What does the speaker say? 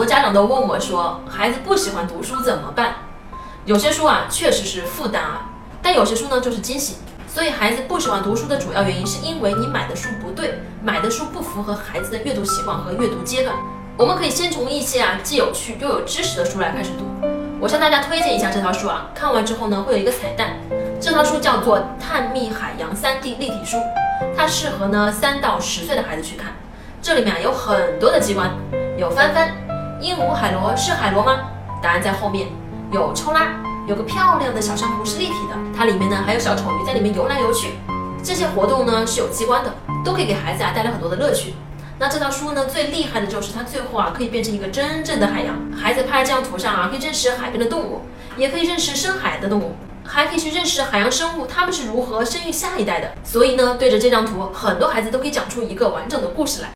很多家长都问我说，孩子不喜欢读书怎么办？有些书啊确实是负担啊，但有些书呢就是惊喜。所以孩子不喜欢读书的主要原因是因为你买的书不对，买的书不符合孩子的阅读习惯和阅读阶段。我们可以先从一些既有趣又有知识的书来开始读。我向大家推荐一下这套书啊，看完之后呢会有一个彩蛋。这套书叫做《探秘海洋 3D 立体书》，它适合3到10岁的孩子去看。这里面有很多的机关，有翻翻，鹦鹉海螺是海螺吗？答案在后面。有抽拉，有个漂亮的小珊瑚是立体的，它里面呢还有小丑鱼在里面游来游去。这些活动呢是有机关的，都可以给孩子带来很多的乐趣。那这套书呢最厉害的就是它最后可以变成一个真正的海洋。孩子拍这张图上可以认识海边的动物，也可以认识深海的动物，还可以去认识海洋生物，它们是如何生育下一代的。所以呢，对着这张图，很多孩子都可以讲出一个完整的故事来。